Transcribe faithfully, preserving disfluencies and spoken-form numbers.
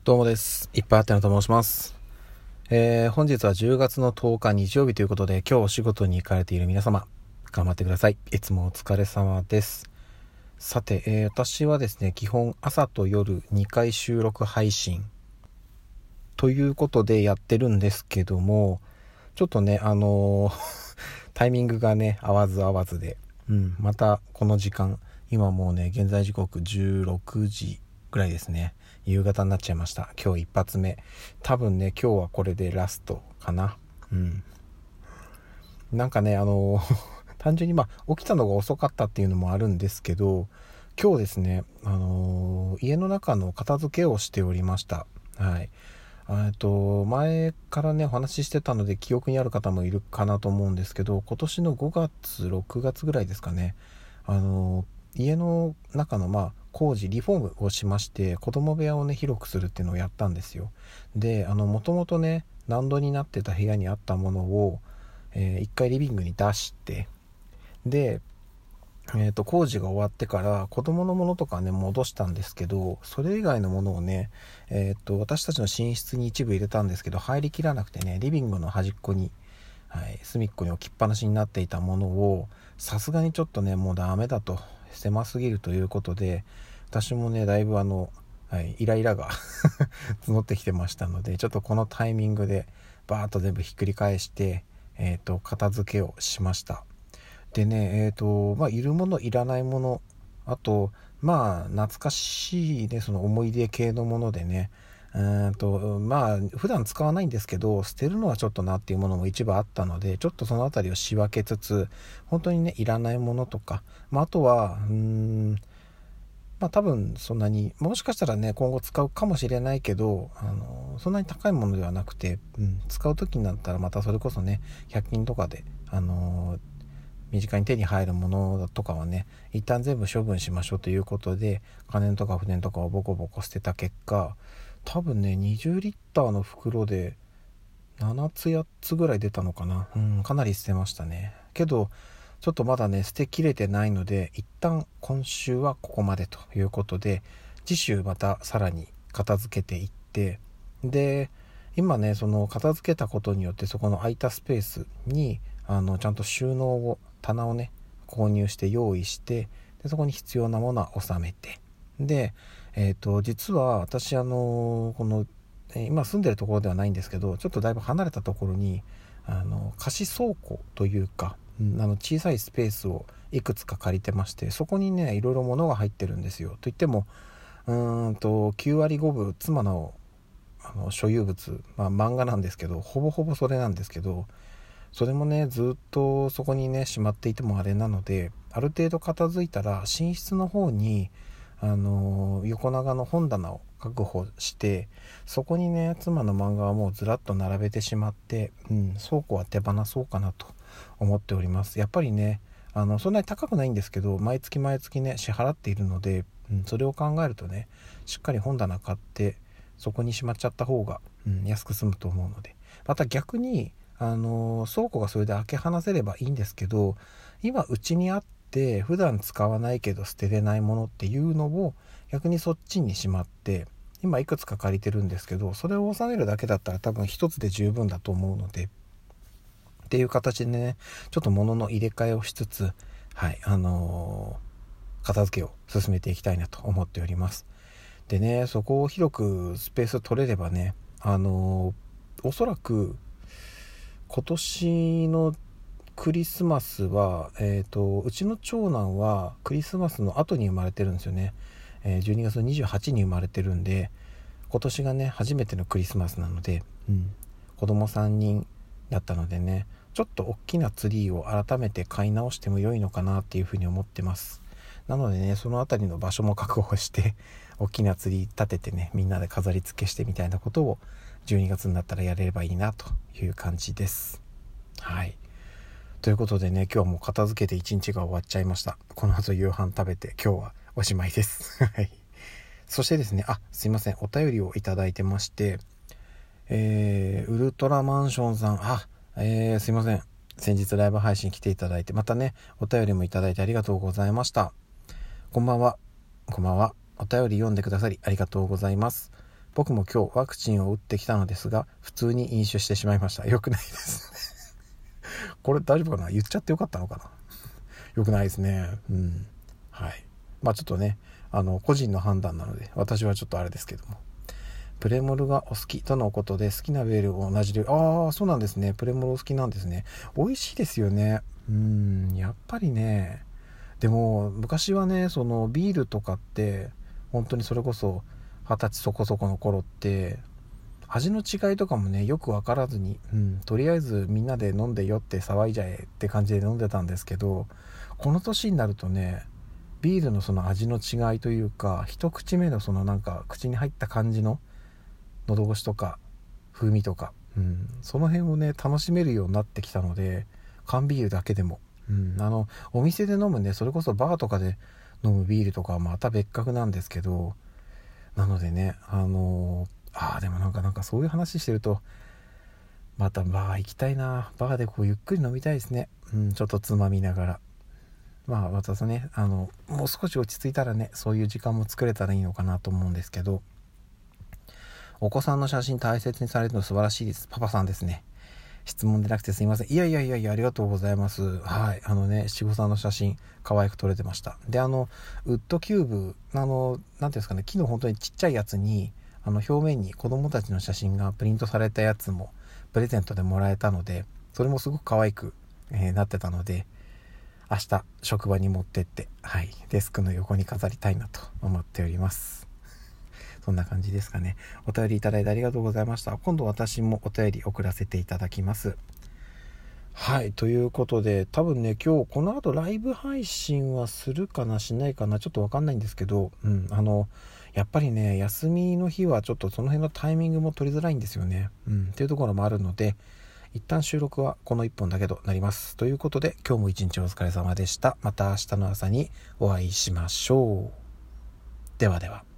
どうもです。いっぱいあってなと申します。えー、本日はじゅうがつのとおか日曜日ということで、今日お仕事に行かれている皆様、頑張ってください。いつもお疲れ様です。さて、えー、私はですね、基本朝と夜にかい収録配信ということでやってるんですけども、ちょっとね、あのー、タイミングがね、合わず合わずで、うん、またこの時間、今もうね、現在時刻じゅうろくじぐらいですね。夕方になっちゃいました。今日一発目。多分ね、今日はこれでラストかな。うん。なんかね、あの単純にまあ起きたのが遅かったっていうのもあるんですけど、今日ですね、あのー、家の中の片付けをしておりました。はい。えっと前からねお話ししてたので記憶にある方もいるかなと思うんですけど、今年のごがつろくがつぐらいですかね、あの家の中のまあ工事リフォームをしまして、子供部屋をね広くするっていうのをやったんですよ。で、あのもともとね難度になってた部屋にあったものを、えー、一回リビングに出して、でえーと工事が終わってから子供のものとかね戻したんですけど、それ以外のものをね、えーと私たちの寝室に一部入れたんですけど、入りきらなくてね、リビングの端っこに、はい、隅っこに置きっぱなしになっていたものを、さすがにちょっとねもうダメだと、狭すぎるということで、私もねだいぶあの、はい、イライラが募ってきてましたので、ちょっとこのタイミングでバーッと全部ひっくり返して、えーと片付けをしました。でね、えーと、まあ、いるもの、いらないもの、あと、まあ、懐かしいね、その思い出系のものでね、うーんと、まあ、普段使わないんですけど、捨てるのはちょっとなっていうものも一部あったので、ちょっとそのあたりを仕分けつつ、本当にね、いらないものとか、まあ、あとは、うーん、まあ多分そんなに、もしかしたらね、今後使うかもしれないけど、あの、そんなに高いものではなくて、うん、使う時になったらまたそれこそね、ひゃく均とかで、あの身近に手に入るものとかはね一旦全部処分しましょうということで、可燃とか不燃とかをボコボコ捨てた結果、多分ねにじゅうリッターの袋でななつやっつぐらい出たのかな。うん、かなり捨てましたね。けどちょっとまだね捨てきれてないので、一旦今週はここまでということで、次週またさらに片付けていって、で今ねその片付けたことによって、そこの空いたスペースにあのちゃんと収納を棚をね購入して用意して、でそこに必要なものは収めて、でえっと実は私あのこの今住んでるところではないんですけど、ちょっとだいぶ離れたところにあの貸し倉庫というか、うん、あの小さいスペースをいくつか借りてまして、そこにねいろいろ物が入ってるんですよ。といってもうーんときゅうわりごぶ妻のあの所有物、まあ、漫画なんですけど、ほぼほぼそれなんですけど、それもねずっとそこにねしまっていてもあれなので、ある程度片付いたら寝室の方にあの横長の本棚を確保して、そこにね妻の漫画はもうずらっと並べてしまって、うん、倉庫は手放そうかなと思っております。やっぱりねあのそんなに高くないんですけど、毎月毎月ね支払っているので、うん、それを考えるとねしっかり本棚買ってそこにしまっちゃった方が、うん、安く済むと思うので、また逆にあの倉庫がそれで開け放せればいいんですけど、今うちにあって普段使わないけど捨てれないものっていうのを逆にそっちにしまって、今いくつか借りてるんですけど、それを収めるだけだったら多分一つで十分だと思うので、っていう形でねちょっと物の入れ替えをしつつ、はいあのー、片付けを進めていきたいなと思っております。でね、そこを広くスペース取れればね、あのー、おそらく今年のクリスマスは、えーと、うちの長男はクリスマスの後に生まれてるんですよね。えー、じゅうにがつのにじゅうはちにちに生まれてるんで、今年がね初めてのクリスマスなので、うん、子供さんにんだったのでね、ちょっと大きなツリーを改めて買い直しても良いのかなっていうふうに思ってます。なのでねそのあたりの場所も確保して大きなツリー立ててね、みんなで飾り付けしてみたいなことをじゅうにがつになったらやれればいいなという感じです。はい、ということでね、今日はもう片付けて一日が終わっちゃいました。この後夕飯食べて今日はおしまいですはい。そしてですね、あ、すいません、お便りをいただいてまして、えー、ウルトラマンションさん、あ、えー、すいません、先日ライブ配信来ていただいて、またねお便りもいただいてありがとうございました。こんばんは。こんばんは。お便り読んでくださりありがとうございます。 僕も今日ワクチンを打ってきたのですが、普通に飲酒してしまいました。よくないですね。これ大丈夫かな？言っちゃってよかったのかな？よくないですね。うん。はい。まあちょっとね、あの、個人の判断なので、私はちょっとあれですけども。プレモルがお好きとのことで、好きなビールを同じで、ああ、そうなんですね。プレモルお好きなんですね。美味しいですよね。うん、やっぱりね。でも、昔はね、そのビールとかって、本当にそれこそ、二十歳そこそこの頃って、味の違いとかもね、よくわからずに、うん、とりあえずみんなで飲んでよって騒いじゃえって感じで飲んでたんですけど、この年になるとね、ビールのその味の違いというか、一口目のそのなんか口に入った感じの喉越しとか風味とか、うん、その辺をね楽しめるようになってきたので、缶ビールだけでも、うん、あのお店で飲むね、それこそバーとかで飲むビールとかはまた別格なんですけど、なのでね、あのー、あーでもなんかなんかそういう話してると、またバー行きたいな。バーでこうゆっくり飲みたいですね。うん、ちょっとつまみながら。まあ私ね、あのもう少し落ち着いたらね、そういう時間も作れたらいいのかなと思うんですけど、お子さんの写真大切にされるの素晴らしいです。パパさんですね。質問でなくてすいません。いやいやいやいや、ありがとうございます。はい。あのね、七五三の写真、可愛く撮れてました。で、あの、ウッドキューブ、あの、なんていうんですかね、木の本当にちっちゃいやつに、あの、表面に子供たちの写真がプリントされたやつも、プレゼントでもらえたので、それもすごく可愛く、えー、なってたので、明日、職場に持ってって、はい、デスクの横に飾りたいなと思っております。そんな感じですかね。お便りいただいてありがとうございました。今度私もお便り送らせていただきます。はい、ということで、多分ね、今日この後ライブ配信はするかなしないかなちょっとわかんないんですけど、うん、あのやっぱりね、休みの日はちょっとその辺のタイミングも取りづらいんですよね。うん、っていうところもあるので、一旦収録はこのいっぽんだけとなります。ということで、今日も一日お疲れ様でした。また明日の朝にお会いしましょう。ではでは。